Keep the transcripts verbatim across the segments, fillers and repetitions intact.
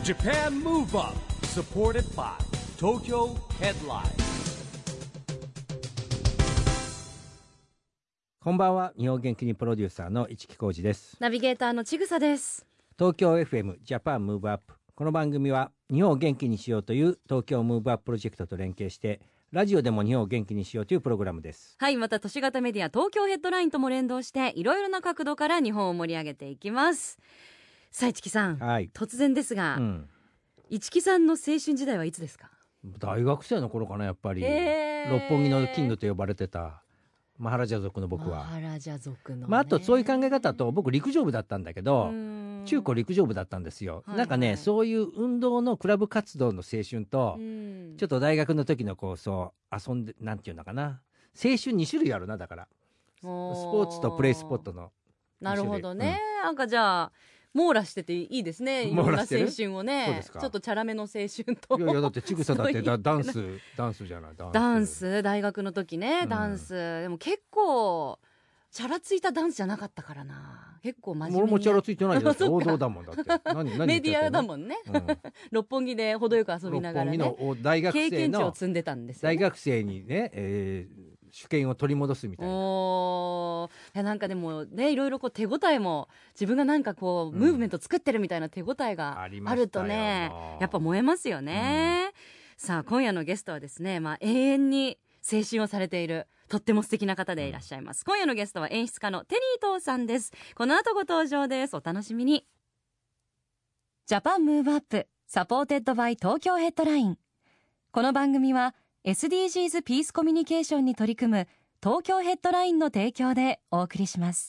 Japan Move Up supported by Tokyo Headline。 こんばんは。日本元気にプロデューサーの市木浩司です。 ナビゲーターのちぐさです。 東京 エフエム ジャパンムーブアップ。この番組は日本を元気にしようという東京ムーブアッププロジェクトと連携してラジオでも日本を元気にしようというプログラムです。 はい、また都市型メディア東京ヘッドラインとも連動していろいろな角度から日本を盛り上げていきます。さあ市木さん、 はい、 突然ですが、うん、市木さんの青春時代はいつですか？ 大学生の頃かな。やっぱり六本木のキングと呼ばれてたマハラジャ族の僕は。 マハラジャ族の、ね、 まあ、あとそういう考え方と僕陸上部だったんだけど中高陸上部だったんですよ、はいはい、なんかねそういう運動のクラブ活動の青春とちょっと大学の時のこうそう遊んでなんていうのかな青春に種類あるな。だからスポーツとプレイスポットのなるほどね、うん、なんかじゃあ網羅してていいですね。いろんな青春をね。ちょっとチャラめの青春と。 いやいやだってちぐさだってダンスダンスじゃない。ダンス、 ダンス大学の時ね、うん、ダンスでも結構チャラついたダンスじゃなかったからな。結構真面目に。 俺もチャラついてないよ。王道だもんだって。何何メディアだもんね、うん、六本木で程よく遊びながらね。 六本木の大学生の経験値を積んでたんですよ、ね、 大学生にね、えー主権を取り戻すみたいな。 おいやなんかでもねいろいろこう手応えも自分がなんかこう、うん、ムーブメント作ってるみたいな手応えがあるとねやっぱ燃えますよね、うん、さあ今夜のゲストはですね、まあ、永遠に青春をされているとっても素敵な方でいらっしゃいます、うん、今夜のゲストは演出家のテリー東さんです。この後ご登場です。お楽しみに。ジャパンムーブアップサポーテッドバイ東京ヘッドライン。この番組はエスディージーズ ピースコミュニケーションに取り組む東京ヘッドラインの提供でお送りします。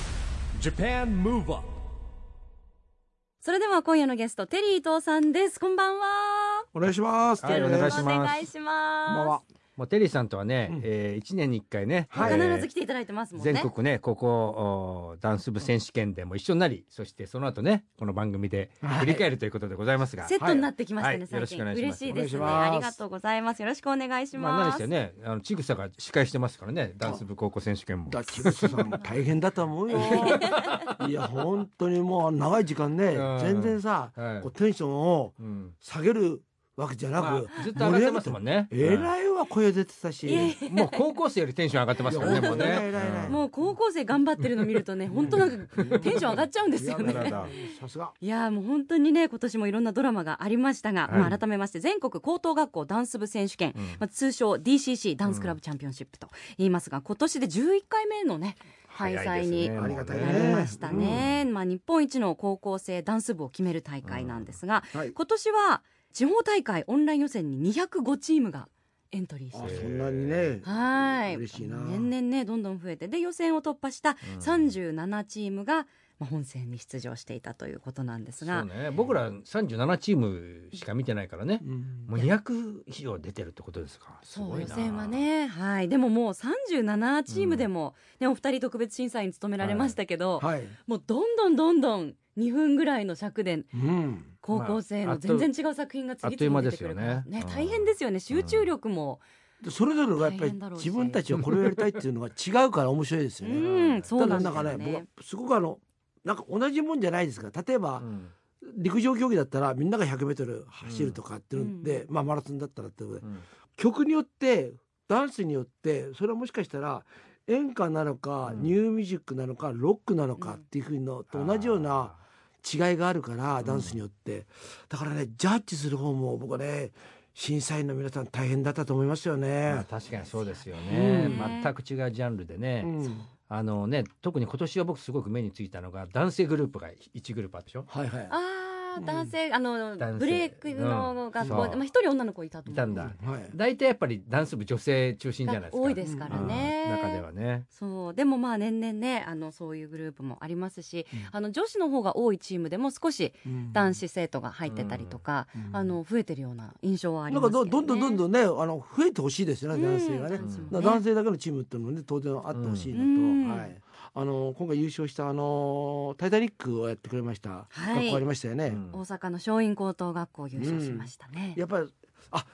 Japan Move Up。 それでは今夜のゲストテリー東さんです。こんばんは。 お願いします。 はい、お願いします。 お願いします。こんばんは。 もうテリーさんとはね、うんえー、いちねんにいっかいね、 はい、必ず来ていただいてますもんね。 全国ねここダンス部選手権でも一緒になり、そしてその後ねこの番組で振り返るということでございますが、はい、 セットになってきましたね、はい、最近よろしくお願いします。 嬉しいですね。ありがとうございます。よろしくお願いします。 まあ、何してねあのちぐさが司会してますからね、ダンス部高校選手権も。 だちぐささんも大変だと思うよいや本当にもう長い時間ね、うん、全然さ、はい、こうテンションを下げるわけじゃなく、まあ、ずっと上がってますもんね。 えらいわ声出てたし、 もう高校生よりテンション上がってますからね。もうね、 もう高校生頑張ってるの見るとね本当なんかテンション上がっちゃうんですよね。 さすが。 いやもう本当にね今年もいろんなドラマがありましたが、はいまあ、改めまして全国高等学校ダンス部選手権、うんまあ、通称 ディーシーシー ダンスクラブチャンピオンシップと言いますが、今年でじゅういっかいめのね開催になりましたね。まあ、日本一の高校生ダンス部を決める大会なんですが、うんはい、今年は地方大会オンライン予選ににひゃくごチームがエントリーしている。 あそんなにね。 はい。 嬉しいな。 年々ねどんどん増えて、で予選を突破したさんじゅうななチームが、まあ、本戦に出場していたということなんですが、 そうね、僕らさんじゅうななチームしか見てないからね、うん、もうにひゃく以上出てるってことですか。すごいな。 そう予選はね、はい、でももうさんじゅうななチームでも、うんね、お二人特別審査員務められましたけど、はいはい、もうどんどんどんどんにふんぐらいの尺で、うん、高校生の全然違う作品が次々に出てくるから、ねね、大変ですよね。集中力も、 うん、それぞれがやっぱり自分たちはこれをやりたいっていうのが違うから面白いですよね。 うん、そうなんですよね。 ただなんかね、僕はすごくあのなんか同じもんじゃないですか。例えば、うん、陸上競技だったらみんなが ひゃくメートル 走るとかっていうので、うんまあ、マラソンだったらってことで、うん、曲によってダンスによってそれはもしかしたら演歌なのか、うん、ニューミュージックなのかロックなのかっていうふうのと同じような違いがあるから、うん、ダンスによってだからねジャッジする方も僕はね審査員の皆さん大変だったと思いますよね。 まあ、確かにそうですよね、うん、全く違うジャンルでね、うんあのね、特に今年は僕すごく目についたのが男性グループがいちグループあるでしょ。 はいはい。 あ男性、うん、あのブレイクの学校、うんまあ、一人女の子いたと思う。いたんだ、 はい、大体やっぱりダンス部女性中心じゃないですか。 多いですからね、 うん、中ではね。 そうでもまあ年々ねあのそういうグループもありますし、うん、あの女子の方が多いチームでも少し男子生徒が入ってたりとか、うん、あの増えてるような印象はありますけどね。 なんかどんどんどんどんねあの増えてほしいですよね、男性がね、うん、男性だけのチームっていうのもね当然あってほしいのと、うんはいあの今回優勝したあのタイタニックをやってくれました、はい、学校ありましたよね、うん、 大阪の松蔭高等学校優勝しましたね、 うん、やっぱりあ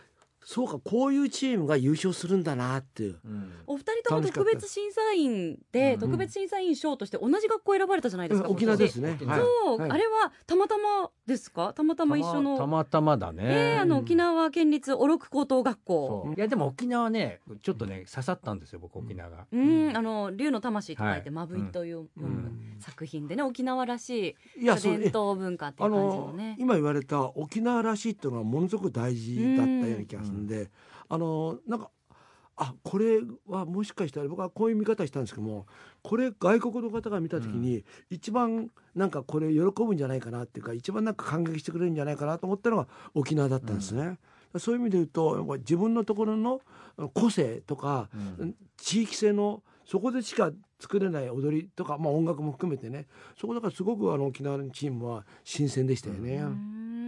そうかこういうチームが優勝するんだなっていう、 うん、お二人とも特別審査員で、うん、特別審査員賞として同じ学校選ばれたじゃないですか、 うん、沖縄ですね。 そう、はい、あれはたまたまですか？たまたま一緒のたまたまだね、 えー、あの沖縄県立小禄高等学校、 うん、いやでも沖縄ねちょっとね刺さったんですよ僕沖縄が、 うん、うん、あの竜の魂と書いてまぶいという、うん、作品でね沖縄らしい伝統文化っていう感じのね、 今言われた沖縄らしいっていうのはものすごく大事だったような気がするんで、うん、あのなんかあこれはもしかしたら僕はこういう見方したんですけども、これ外国の方が見た時に、うん、一番なんかこれ喜ぶんじゃないかなっていうか一番なんか感激してくれるんじゃないかなと思ったのが沖縄だったんですね、うん、そういう意味で言うと自分のところの個性とか、うん、地域性のそこでしか作れない踊りとか、まあ、音楽も含めてね、そこだからすごくあの沖縄のチームは新鮮でしたよね。うん、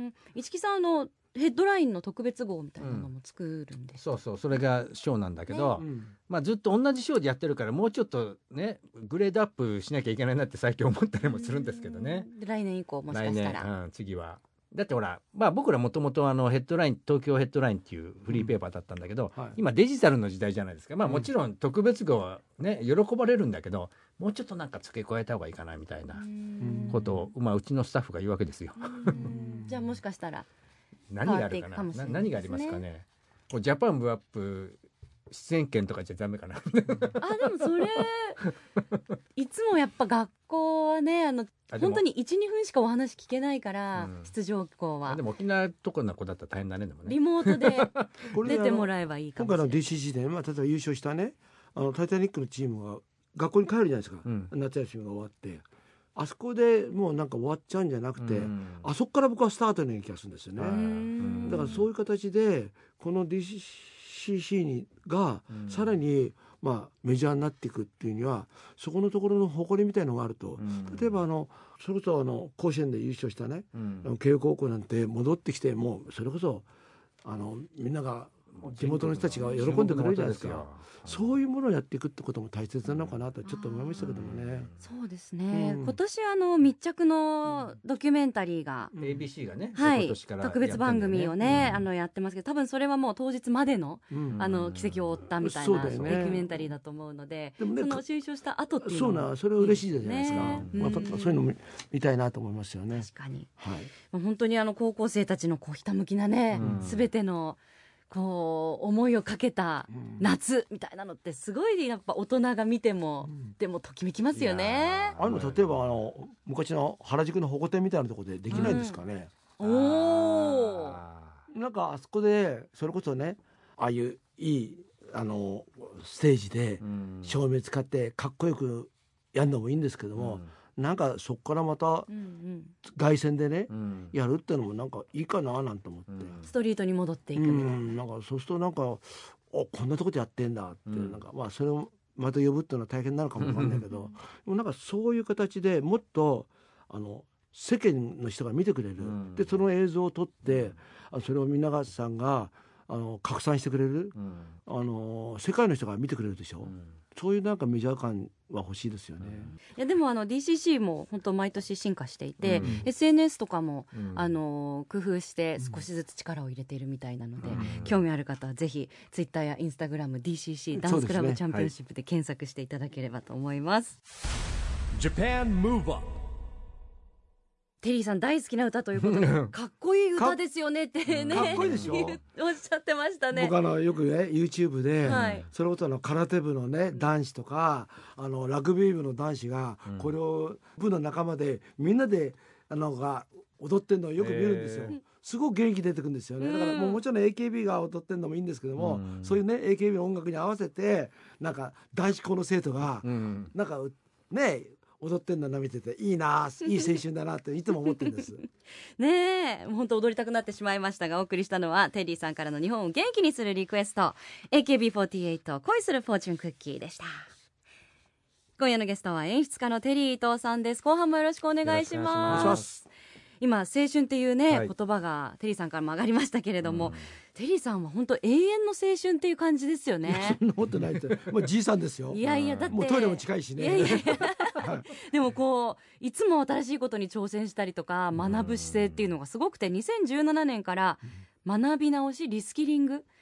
市木さんあのヘッドラインの特別号みたいなのも作るんです、 うん、そうそうそれがショーなんだけど、ね、まあ、ずっと同じショーでやってるからもうちょっとねグレードアップしなきゃいけないなって最近思ったりもするんですけどね。 で来年以降もしかしたら来年、うん、次はだってほら、まあ、僕らもともとヘッドライン東京ヘッドラインっていうフリーペーパーだったんだけど、うんはい、今デジタルの時代じゃないですか、まあ、もちろん特別号はね喜ばれるんだけどもうちょっとなんか付け加えた方がいいかなみたいなことを、まあ、うちのスタッフが言うわけですよ。 じゃあもしかしたら何があるかな、な何がありますかね。こうジャパンブアップ出演権とかじゃダメかな。あでもそれいつもやっぱ学校はねあの本当に いちにふんしかお話聞けないから、うん、出場校はでも沖縄とかの子だったら大変だね。でもねリモートで出てもらえばいいかもしれない。 今回の ディーシーシー で、まあ、例えば優勝したねあのタイタニックのチームが学校に帰るじゃないですか、うん、夏休みが終わってあそこでもうなんか終わっちゃうんじゃなくて、うん、あそこから僕はスタートのような気がするんですよね。だからそういう形でこの ディーシーシー にがさらにまあメジャーになっていくっていうにはそこのところの誇りみたいのがあると、うん、例えばあのそれこそあの甲子園で優勝したね、うん、慶応高校なんて戻ってきてもうそれこそあのみんなが地元の人たちが喜んでくれるじゃないですか。そういうものをやっていくってことも大切なのかなとちょっと思いましたけどもね。 そうですね、うん、今年あの密着のドキュメンタリーが、 うん、エービーシー がね、 はい、特別番組をね、うん、あのやってますけど多分それはもう当日までの、うん、あの奇跡を追ったみたいな、ね、ドキュメンタリーだと思うので、でも、ね、その優勝した後っていうのそうなそれは嬉しいじゃないですか、ねまあ、そういうのも見たいなと思いますよね。 確かに、はい、本当にあの高校生たちのこうひたむきなね、すべてのこう思いをかけた夏みたいなのってすごいやっぱ大人が見ても、うん、でもときめきますよね。 あの例えばあの昔の原宿の保護店みたいなところでできないんですかね、 うん、おーなんかあそこでそれこそねああいういいあのステージで照明使ってかっこよくやるのもいいんですけども、うんなんかそこからまた凱旋でね、うん、やるってのもなんかいいかななんて思って、うん、 ストリートに戻っていくみたいな、 うん、なんかそうするとなんかおこんなとこでやってんだって、うん、なんかまあそれをまた呼ぶっていうのは大変なのかもわかんないけどでもなんかそういう形でもっとあの世間の人が見てくれる、うん、でその映像を撮ってそれを皆川さんがあの拡散してくれる、うん、あの世界の人が見てくれるでしょ、うんそういうなんかメジャー感は欲しいですよね、うん、いやでもあの ディーシーシー も本当毎年進化していて、うん、エスエヌエス とかも、うん、あの工夫して少しずつ力を入れているみたいなので、うん、興味ある方はぜひツイッターやインスタグラム ディーシーシー ダンスクラブチャンピオンシップで検索していただければと思います、はい、Japan Move Upテリーさん大好きな歌ということでかっこいい歌ですよねってねかっこいいでしょおっしゃってましたね。 僕あのよくね YouTube で、はい、それこその空手部のね男子とかあのラグビー部の男子がこれを部の仲間でみんなであのが踊ってるのをよく見るんですよ。すごく元気出てくるんですよね。だからもうもちろん エーケービー が踊ってるのもいいんですけども、そういうね エーケービー の音楽に合わせてなんか男子校の生徒がなんかね踊ってんの見てていいないい青春だなっていつも思ってるんですねえ本当踊りたくなってしまいましたがお送りしたのはテリーさんからの日本を元気にするリクエスト エーケービーフォーティーエイト 恋するフォーチュンクッキーでした。今夜のゲストは演出家のテリー伊藤さんです。後半もよろしくお願いします。今青春っていうね、はい、言葉がテリーさんからも上がりましたけれども、うん、テリーさんは本当永遠の青春っていう感じですよね。 そんなことないってもうじいさんですよ。 いやいやだってもうトイレも近いしね。いやいやはい、でもこういつも新しいことに挑戦したりとか学ぶ姿勢っていうのがすごくてにせんじゅうななねんから学び直しリスキリング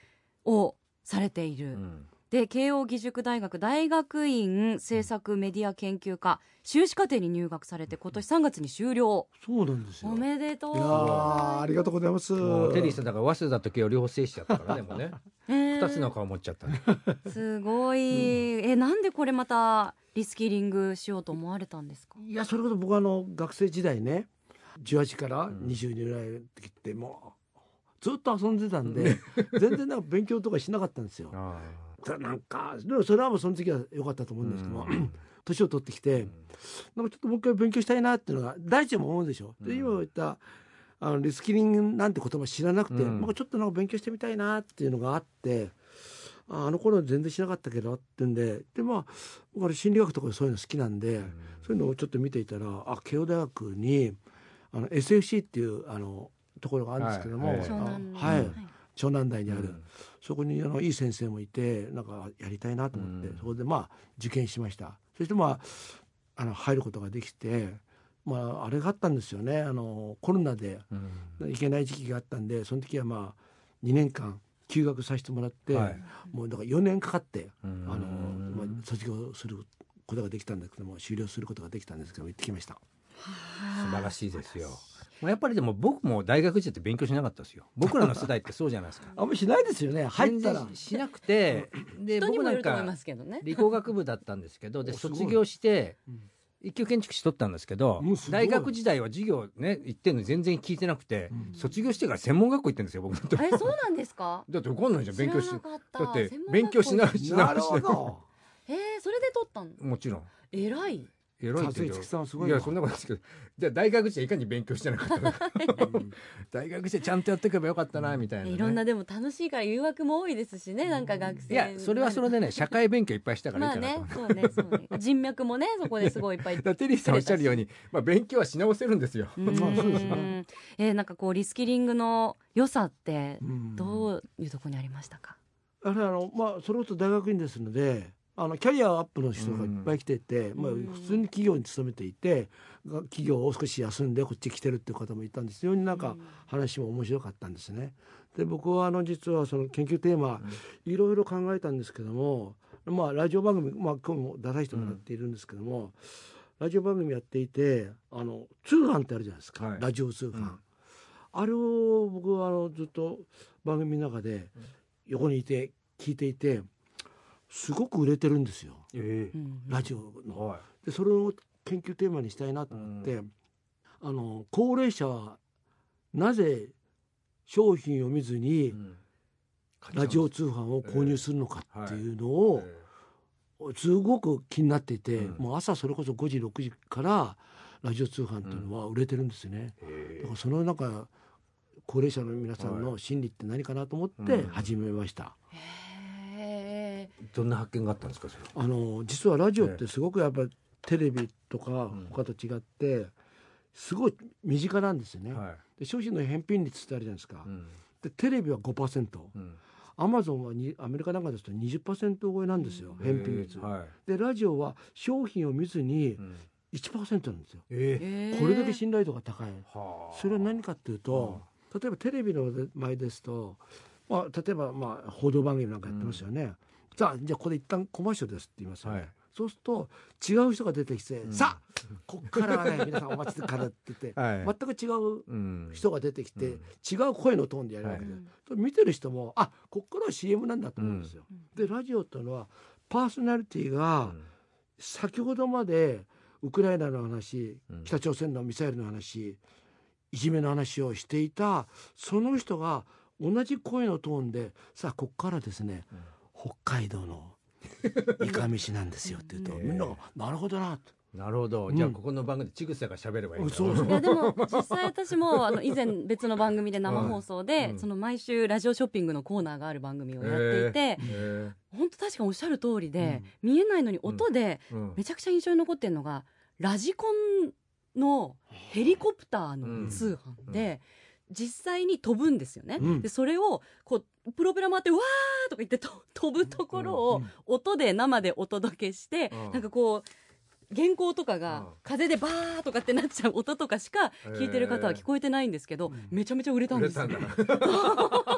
をされている、 うん、 で慶應義塾大学大学院政策メディア研究科修士課程に入学されて今年さんがつに修了。 そうなんですよ。 おめでとう。 いやありがとうございます。 テリーさんだから早稲田と慶応両方制しちゃったからねもうね、えー、ふたつの顔持っちゃったねすごい、うん、えなんでこれまたリスキリングしようと思われたんですか？ いやそれこそ僕はあの学生時代ねじゅうはちからにじゅうにぐらいの時ってもうずっと遊んでたんで、うん、全然なんか勉強とかしなかったんですよなんかでもそれはもうその時は良かったと思うんですけども、うん、年を取ってきて、うん、なんかちょっともう一回勉強したいなっていうのが第一も思うでしょ、うん、で今言ったあのリスキリングなんて言葉知らなくて、うん、なんかちょっとなんか勉強してみたいなっていうのがあってあの頃全然しなかったけどってんででまあ僕は心理学とかそういうの好きなんで、うん、そういうのをちょっと見ていたらあ慶応大学にあの エスエフシー っていうあのところがあるんですけども、はい、はいはい、湘南台にある、うん、そこにあのいい先生もいてなんかやりたいなと思って、うん、そこでまあ受験しました。そしてまああの入ることができて、まあ、あれがあったんですよねあのコロナで行けない時期があったんでその時はまあにねんかん休学させてもらって、はい、もうだからよねんかかって、あのまあ、卒業することができたんだけども終了することができたんですけども行ってきました。 素晴らしいですよ。やっぱりでも僕も大学時代って勉強しなかったですよ。僕らの世代ってそうじゃないですかあんまりしないですよね。入ったらしなくてで僕なんか理工学部だったんですけどで卒業して一級建築士取ったんですけど大学時代は授業ね行ってんの全然聞いてなくて、うん、卒業してから専門学校行ってんですよ僕えそうなんですか？ だって分かんないじゃん勉強してだって勉強しなしななるほどえー、それで取ったの？ もちろん偉い偉いって言うさんすごいいやそんなことですけどじゃあ大学時代いかに勉強してなかったのか大学時代ちゃんとやっていけばよかったなみたいな、ね、 いろんなでも楽しいから誘惑も多いですしねなんか学生いやそれはそれでね社会勉強いっぱいしたからいいかなとまあねそうねそうね人脈もねそこですごいいっぱいテリーさんおっしゃるように、まあ、勉強はし直せるんですようんえー、なんかこうリスキリングの良さってどういうところにありましたか？ あれあのまあそれこそ大学院ですのであのキャリアアップの人がいっぱい来てて、まあ、普通に企業に勤めていて企業を少し休んでこっち来てるっていう方もいたんですよ。非常になんか話も面白かったんですね。で僕はあの実はその研究テーマいろいろ考えたんですけども、まあ、ラジオ番組、まあ、今日も出させてもらっているんですけども、うん、ラジオ番組やっていてあの通販ってあるじゃないですか、はい、ラジオ通販、うん、あれを僕はあのずっと番組の中で横にいて聞いていてすごく売れてるんですよ、えー、ラジオの、はい、でそれを研究テーマにしたいなと思って、うん、あの高齢者はなぜ商品を見ずに、うん、ラジオ通販を購入するのかっていうのを、えーはい、すごく気になっていて、うん、もう朝それこそごじろくじからラジオ通販っていうのは売れてるんですよね、うん、だからその中高齢者の皆さんの心理って何かなと思って始めました、うんどんな発見があったんですか？それあの実はラジオってすごくやっぱりテレビとか他と違ってすごい身近なんですよね、はい、で商品の返品率ってあるじゃないですか、うん、でテレビは ごパーセント、うん、アマゾンはにアメリカなんかですと にじゅっパーセント 超えなんですよ、うん、返品率、はい、でラジオは商品を見ずに いちパーセント なんですよ、えー、これだけ信頼度が高い、はそれは何かっていうと、例えばテレビの前ですと、まあ、例えばまあ報道番組なんかやってますよね、うんさあじゃあここで一旦コマーシャルですって言いますよね、はい、そうすると違う人が出てきて、うん、さあこっからはね皆さんお待ちからって言って、はい、全く違う人が出てきて、うん、違う声のトーンでやるわけで、はい、見てる人もあこっからは シーエム なんだと思うんですよ、うん、でラジオというのはパーソナリティが先ほどまでウクライナの話、うん、北朝鮮のミサイルの話いじめの話をしていたその人が同じ声のトーンでさあこっからですね、うん北海道のいかめしなんですよって言うとみんながなるほどなとなるほど、うん、じゃあここの番組でちぐさが喋ればいいんだ、 そうそういやでも実際私もあの以前別の番組で生放送で、うん、その毎週ラジオショッピングのコーナーがある番組をやっていて、えー、本当確かおっしゃる通りで、うん、見えないのに音でめちゃくちゃ印象に残ってるのがラジコンのヘリコプターの通販で、うんうん実際に飛ぶんですよね、うん、でそれをこうプロペラ回ってわーとか言ってと飛ぶところを音で生でお届けして、うん、なんかこう原稿とかが風でバーとかってなっちゃう音とかしか聞いてる方は聞こえてないんですけど、うん、めちゃめちゃ売れたんですよ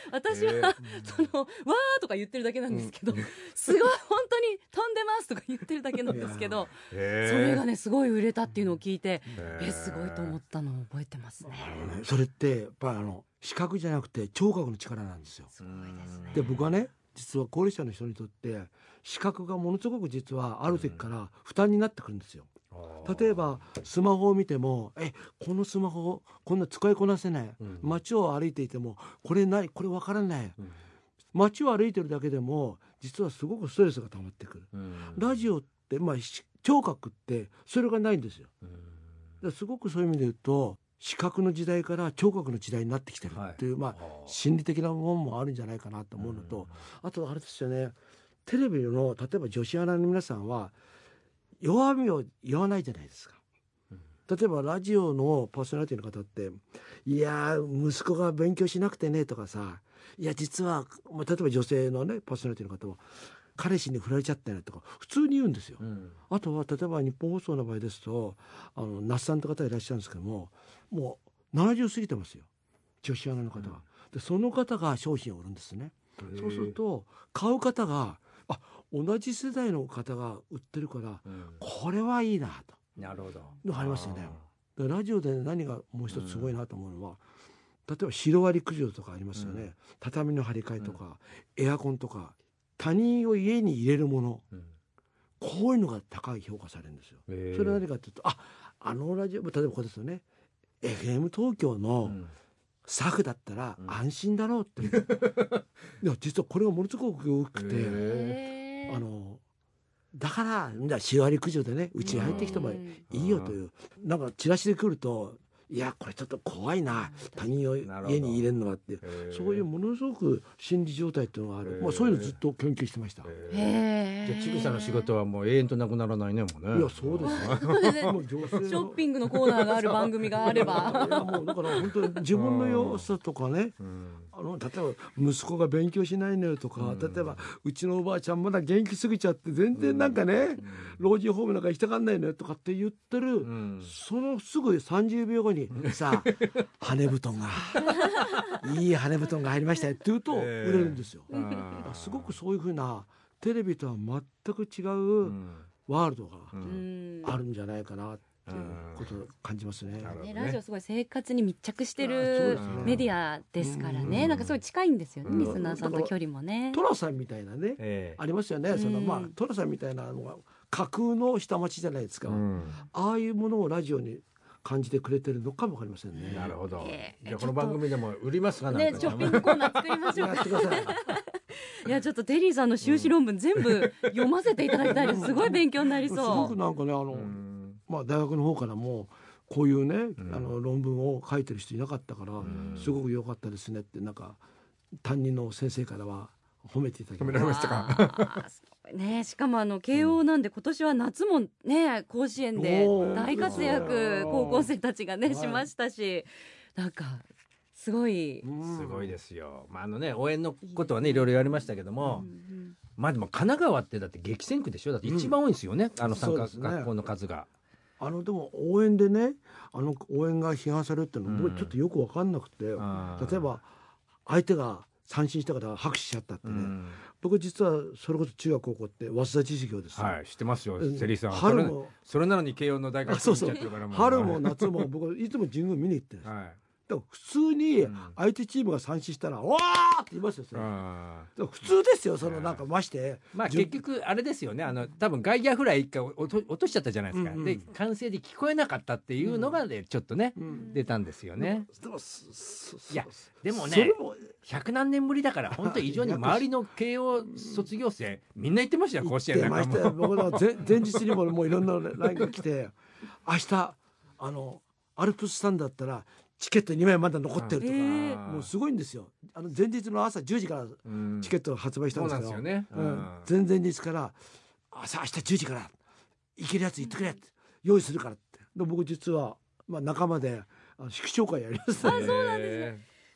私は、そのわーとか言ってるだけなんですけど、すごい本当に飛んでますとか言ってるだけなんですけど、それがねすごい売れたっていうのを聞いて、えすごいと思ったのを覚えてますね。 それってやっぱりあの視覚じゃなくて聴覚の力なんですよ。 すごいですね。 で僕はね、実は高齢者の人にとって視覚がものすごく実はある時から負担になってくるんですよ。例えばスマホを見ても、えこのスマホこんな使いこなせない、うん、街を歩いていてもこれないこれわからない、うん、街を歩いてるだけでも実はすごくストレスが溜まってくる、うん、ラジオって、まあ、聴覚ってそれがないんですよ、うん、すごくそういう意味で言うと視覚の時代から聴覚の時代になってきてるっていう、はい、まあ、心理的なものもあるんじゃないかなと思うのと、うん、あとあれですよね、テレビの例えば女子アナの皆さんは弱みを言わないじゃないですか。例えばラジオのパーソナリティの方っていや息子が勉強しなくてねとかさ、いや実は例えば女性のねパーソナリティの方は彼氏に振られちゃったねとか普通に言うんですよ、うん、あとは例えば日本放送の場合ですとあの那須さんって方いらっしゃるんですけども、もうななじゅう過ぎてますよ女子アナの方が、うん、でその方が商品を売るんですね。そうすると買う方があ同じ世代の方が売ってるから、うん、これはいいなと。 なるほど。 のありますよね。ラジオで何がもう一つすごいなと思うのは、うん、例えばシロアリ駆除とかありますよね、うん、畳の張り替えとか、うん、エアコンとか他人を家に入れるもの、うん、こういうのが高い評価されるんですよ。それは何かというと、ああのラジオ例えばここですよね、 エフエム 東京のスタッフだったら安心だろうって、うん、いや実はこれがものすごく大きくて、あのだからじゃあシロアリ駆除でねうちに入ってきてもいいよという、なんかチラシで来るといやこれちょっと怖いな他人を家に入れるのはって、そういうものすごく心理状態っていうのがある、まあ、そういうのずっと研究してました。 へじゃあちぐさの仕事はもう永遠となくならないねもうね。 いやそうですもうショッピングのコーナーがある番組があればいやもうだから本当に自分の良さとかね、うん、あの例えば息子が勉強しないのよとか、うん、例えばうちのおばあちゃんまだ元気すぎちゃって全然なんかね、うん、老人ホームなんか行きたがんないのよとかって言ってる、うん、そのすぐさんじゅうびょうごにさあ羽布団がいい羽布団が入りましたよって言うと売れるんですよ、えー、すごくそういうふうなテレビとは全く違うワールドがあるんじゃないかなっていうことを感じますね。 ねラジオすごい生活に密着してるメディアですからね、なんかすごい近いんですよね、リスナーさんと距離もね。 トラさんみたいなね、えー、ありますよね。そのまあトラさんみたいなのが架空の下町じゃないですか、うん、ああいうものをラジオに感じてくれてるのかもわかりませんね。 なるほど、えー、じゃあこの番組でも売りますかね、ショッピングコーナー作りましょうか。やってくださいいやちょっとテリーさんの修士論文全部読ませていただきたいです。すごい勉強になりそう。すごくなんかねあの、まあ、大学の方からもこういうね、うん、あの論文を書いてる人いなかったから、うん、すごく良かったですねってなんか担任の先生からは褒めていただきました。褒められましたかね、しかもあの慶応なんで今年は夏もね甲子園で大活躍高校生たちがねしましたし、なんかすごいすごいですよ。まああのね応援のことはねいろいろ言われましたけども、うんうん、まあでも神奈川ってだって激戦区でしょ。だって一番多いんですよね、うん、あの参加学校の数が。 あのでも応援でねあの応援が批判されるっていうのは僕ちょっとよく分かんなくて、うん、例えば相手が三振したから拍手しちゃったってね、うん、僕実はそれこそ中学高校って早稲田実業ですよ。 はい知ってますよセリーさん。春もそれなのに慶応の大学に行っちゃってるからもう春も夏も僕いつも神宮見に行ってるんです、はいだから普通に相手チームが三振したら、うん、わーって言いますよそれ。普通ですよそのなんかまして、 まあ結局あれですよねあの多分外野フライ一回落と、落としちゃったじゃないですか、うんうん、で歓声で聞こえなかったっていうのが、ね、ちょっとね、うん、出たんですよね。でもいやでもねひゃくなんねんぶりだから本当に異常に周りの慶応卒業生みんな行ってましたよ甲子園なんかも。 僕の前, 前日にももういろんなラインが来て明日あのアルプススタンドだったらチケットにまいまだ残ってるとか、えー、もうすごいんですよ。あの前日の朝じゅうじからチケットを発売したんですけど、うん、そうなんですよね、うん、前々日から朝明日じゅうじから行けるやつ行ってくれって用意するからって。で僕実は、まあ、仲間であの祝勝会やりますね。 あそうなんですね。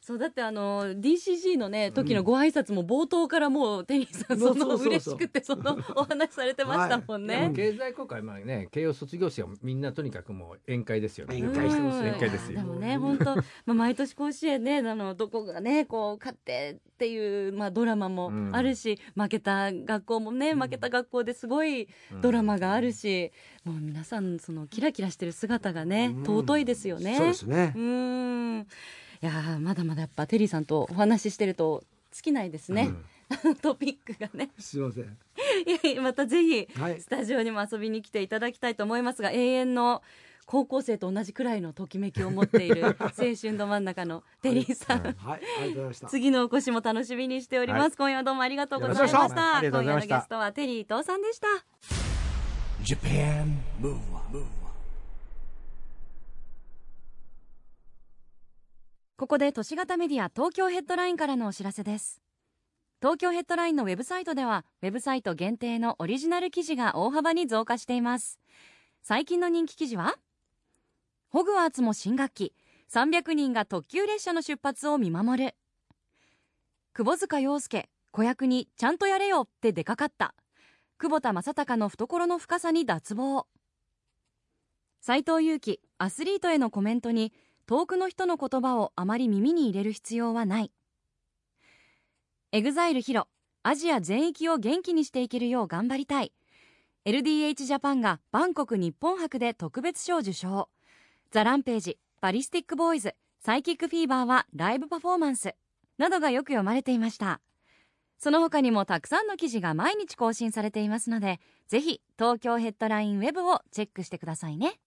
そうだってあの ディーシージー のね時のご挨拶も冒頭からもうテリーさんその嬉しくてそのお話されてましたもんね。 はい、経済効果はまあね慶応卒業生はみんなとにかくもう宴会ですよね。 宴会してます宴会ですよ。 でもね本当まあ毎年甲子園ねあのどこがねこう勝ってっていうまあドラマもあるし、うん、負けた学校もね負けた学校ですごいドラマがあるし、うん、もう皆さんそのキラキラしてる姿がね、うん、尊いですよね。 そうですね。 うん。いやまだまだやっぱテリーさんとお話ししてると尽きないですね、うん、トピックがね。 すいません。 いやまたぜひスタジオにも遊びに来ていただきたいと思いますが、はい、永遠の高校生と同じくらいのときめきを持っている青春ど真ん中のテリーさん、はいはい、ありがとうございました。次のお越しも楽しみにしております、はい、今夜はどうもありがとうございました。今夜のゲストはテリー伊藤さんでした。 Japan Move On。ここで都市型メディア東京ヘッドラインからのお知らせです。東京ヘッドラインのウェブサイトではウェブサイト限定のオリジナル記事が大幅に増加しています。最近の人気記事はホグワーツも新学期さんびゃくにんが特急列車の出発を見守る。窪塚洋介子役にちゃんとやれよって出かかった久保田正孝の懐の深さに脱帽。斉藤佑樹アスリートへのコメントに遠くの人の言葉をあまり耳に入れる必要はない。エグザイルヒロアジア全域を元気にしていけるよう頑張りたい。 エルディーエイチ ジャパンがバンコク日本博で特別賞受賞。ザ・ランページバリスティックボーイズサイキックフィーバーはライブパフォーマンスなどがよく読まれていました。その他にもたくさんの記事が毎日更新されていますので、ぜひ東京ヘッドラインウェブをチェックしてくださいね。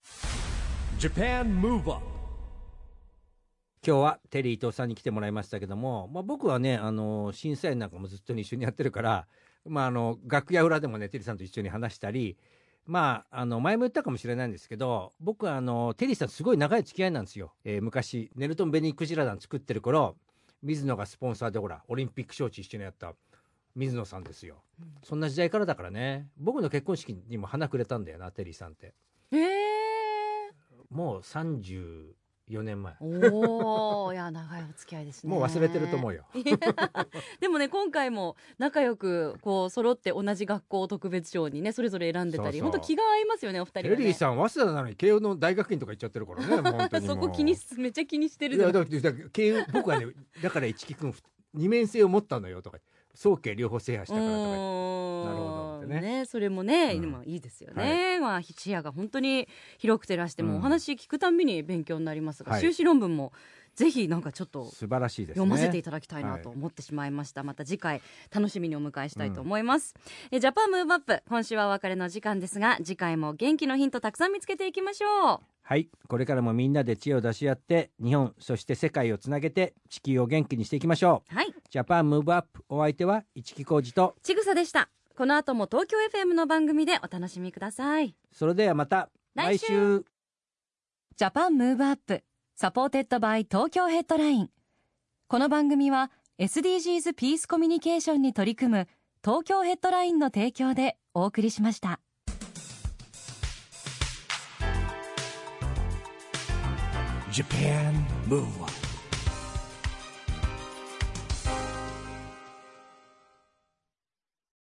Japan Move Up。 今日はテリー伊藤さんに来てもらいましたけども、まあ、僕はねあの審査員なんかもずっと一緒にやってるから、まあ、あの楽屋裏でもねテリーさんと一緒に話したり、まあ、あの前も言ったかもしれないんですけど、僕はあのテリーさんすごい長い付き合いなんですよ、えー、昔ネルトン・ベニークジラ団作ってる頃水野がスポンサーでほらオリンピック招致一緒にやった水野さんですよ、うん、そんな時代からだからね。僕の結婚式にも花くれたんだよなテリーさんって。 へー、 もうさんじゅうよねんまえ。 おお、いや長いお付き合いですね。 もう忘れてると思うよ。 でもね今回も仲良くこう揃って同じ学校特別賞にねそれぞれ選んでたり、本当気が合いますよねお二人はね。 テリーさん早稲田なのに慶応の大学院とか行っちゃってるからね。もう本当にもうそこ気にめっちゃ気にしてる。 いやだから慶応僕はねだから一木君二面性を持ったのよとか早慶両方制覇したからとか。なるほどね。ねそれもね、うん、今いいですよね、はい、まあ視野が本当に広くてらしても、うん、お話聞くたんびに勉強になりますが、はい、修士論文もぜひなんかちょっと素晴らしいですね、 読ませていただきたいなと思ってしまいました、はい、また次回楽しみにお迎えしたいと思います、うん、えジャパンムーブアップ今週はお別れの時間ですが、次回も元気のヒントたくさん見つけていきましょう。 はい、これからもみんなで知恵を出し合って日本そして世界をつなげて地球を元気にしていきましょう。 はい、 ジャパンムーブアップ、お相手は市木浩二とちぐさでした。この後も東京 エフエム の番組でお楽しみください。 それではまた来週。来週ジャパンムーブアップサポーテッドバイ東京ヘッドライン。この番組は エスディージーズ ピースコミュニケーションに取り組む東京ヘッドラインの提供でお送りしました。 Japan Move On。